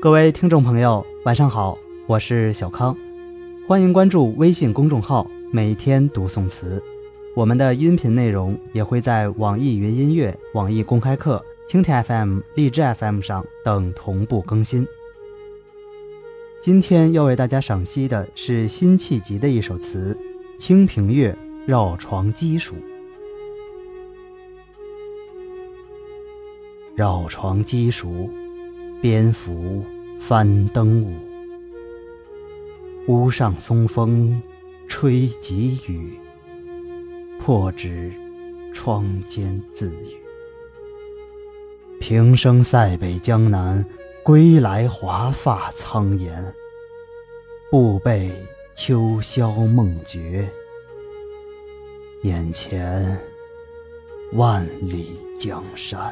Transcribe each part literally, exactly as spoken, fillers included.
各位听众朋友，晚上好，我是小康，欢迎关注微信公众号每天读宋词。我们的音频内容也会在网易云音乐、网易公开课、蜻蜓 F M、荔枝 F M 上等同步更新。今天要为大家赏析的是辛弃疾的一首词《清平乐·绕床击暑》。绕床击暑，蝙蝠翻灯舞。屋上松风吹急雨，破纸窗间自语。平生塞北江南，归来华发苍颜。不被秋宵梦觉，眼前万里江山。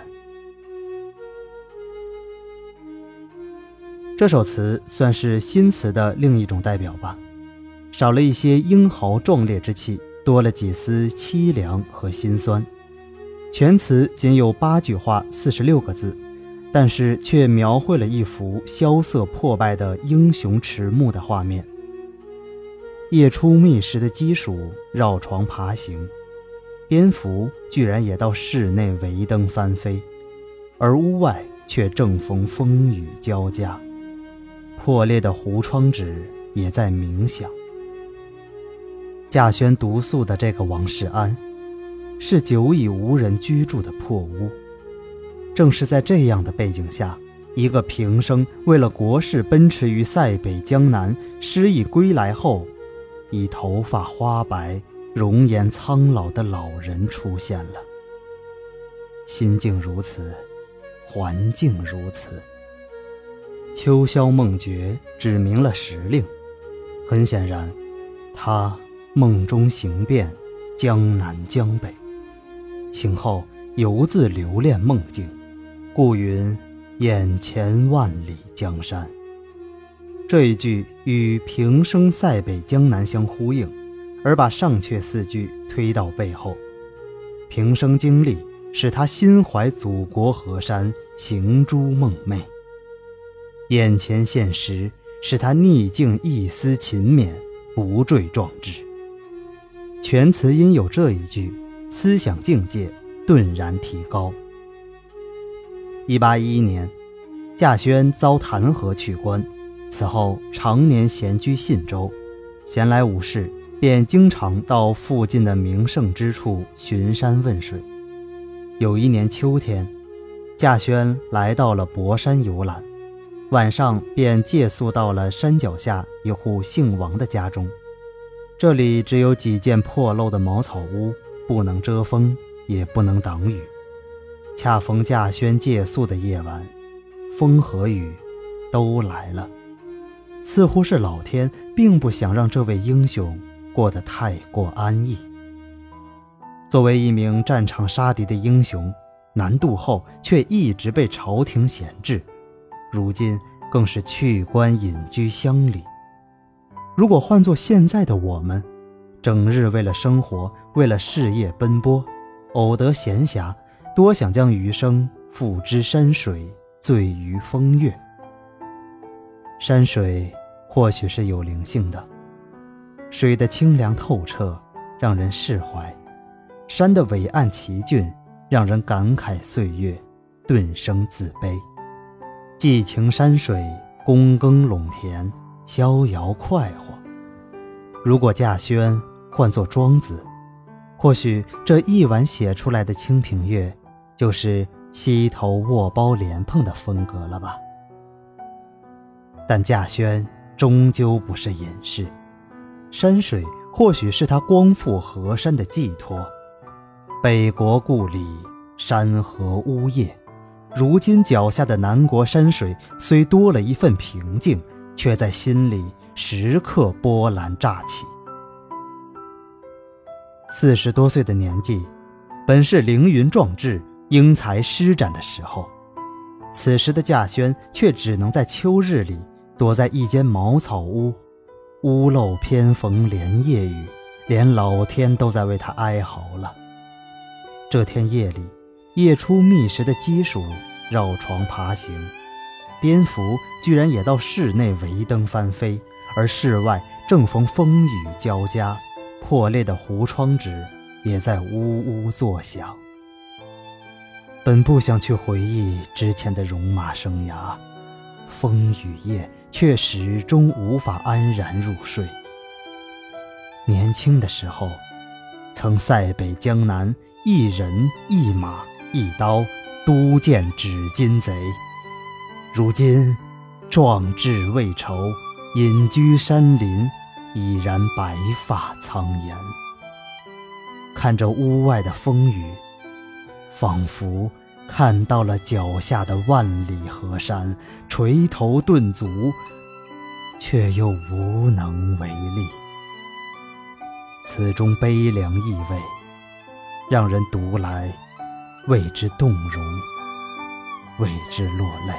这首词算是新词的另一种代表吧，少了一些英豪壮烈之气，多了几丝凄凉和心酸。全词仅有八句话四十六个字，但是却描绘了一幅萧瑟破败的英雄迟暮的画面。夜出觅食的鸡黍绕床爬行，蝙蝠居然也到室内围灯翻飞，而屋外却正逢风雨交加。破裂的糊窗纸也在冥想。稼轩独宿的这个王世安，是久已无人居住的破屋。正是在这样的背景下，一个平生为了国事奔驰于塞北江南，失意归来后，已头发花白、容颜苍老的老人出现了。心境如此，环境如此。秋宵梦觉指明了时令，很显然，他梦中行遍江南江北，醒后犹自留恋梦境，故云眼前万里江山。这一句与平生塞北江南相呼应，而把上阙四句推到背后。平生经历使他心怀祖国河山，行诸梦寐；眼前现实使他逆境一丝勤勉，不坠壮志。全词因有这一句，思想境界顿然提高。一八一一年，稼轩遭弹劾去官，此后常年闲居信州，闲来无事，便经常到附近的名胜之处巡山问水。有一年秋天，稼轩来到了博山游览，晚上便借宿到了山脚下一户姓王的家中。这里只有几间破漏的茅草屋，不能遮风，也不能挡雨。恰逢稼轩借宿的夜晚，风和雨都来了，似乎是老天并不想让这位英雄过得太过安逸。作为一名战场杀敌的英雄，南渡后却一直被朝廷闲置，如今更是去官隐居乡里。如果换作现在的我们，整日为了生活，为了事业奔波，偶得闲暇，多想将余生付之山水，醉于风月。山水或许是有灵性的，水的清凉透彻让人释怀，山的伟岸奇峻让人感慨岁月，顿生自卑。寄情山水，躬耕陇田，逍遥快活。如果稼轩换作庄子，或许这一晚写出来的清平乐就是溪头卧苞莲蓬的风格了吧。但稼轩终究不是隐士，山水或许是他光复河山的寄托。北国故里，山河呜咽，如今脚下的南国山水虽多了一份平静，却在心里时刻波澜乍起。四十多岁的年纪，本是凌云壮志、英才施展的时候，此时的稼轩却只能在秋日里躲在一间茅草屋，屋漏偏逢连夜雨，连老天都在为他哀嚎了。这天夜里，夜出觅食的鸡黍绕床爬行， 蝙蝠居然也到室内围灯翻飞，而室外正逢风雨交加，破裂的湖窗纸也在呜呜作响。本不想去回忆之前的戎马生涯，风雨夜却始终无法安然入睡。年轻的时候，曾塞北江南，一人一马一刀，都见指金贼。如今壮志未酬，隐居山林，已然白发苍颜。看着屋外的风雨，仿佛看到了脚下的万里河山，垂头顿足，却又无能为力。此中悲凉意味，让人读来为之动容，为之落泪。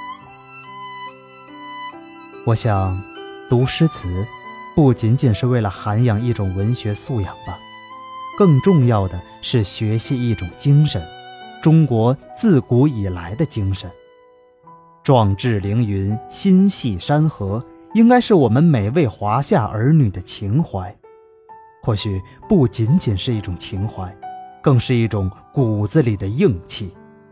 我想，读诗词不仅仅是为了涵养一种文学素养吧，更重要的是学习一种精神，中国自古以来的精神。壮志凌云，心系山河，应该是我们每位华夏儿女的情怀。或许不仅仅是一种情怀，更是一种骨子里的硬气。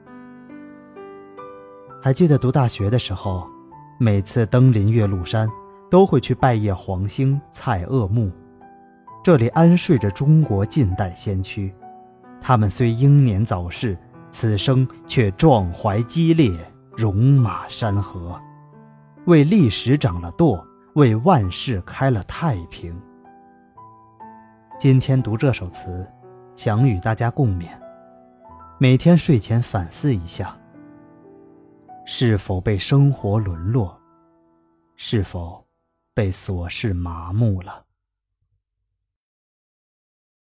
还记得读大学的时候，每次登临岳麓山，都会去拜谒黄兴、蔡锷墓。这里安睡着中国近代先驱，他们虽英年早逝，此生却壮怀激烈，戎马山河，为历史掌了舵，为万世开了太平。今天读这首词，想与大家共勉，每天睡前反思一下，是否被生活沦落，是否被琐事麻木了。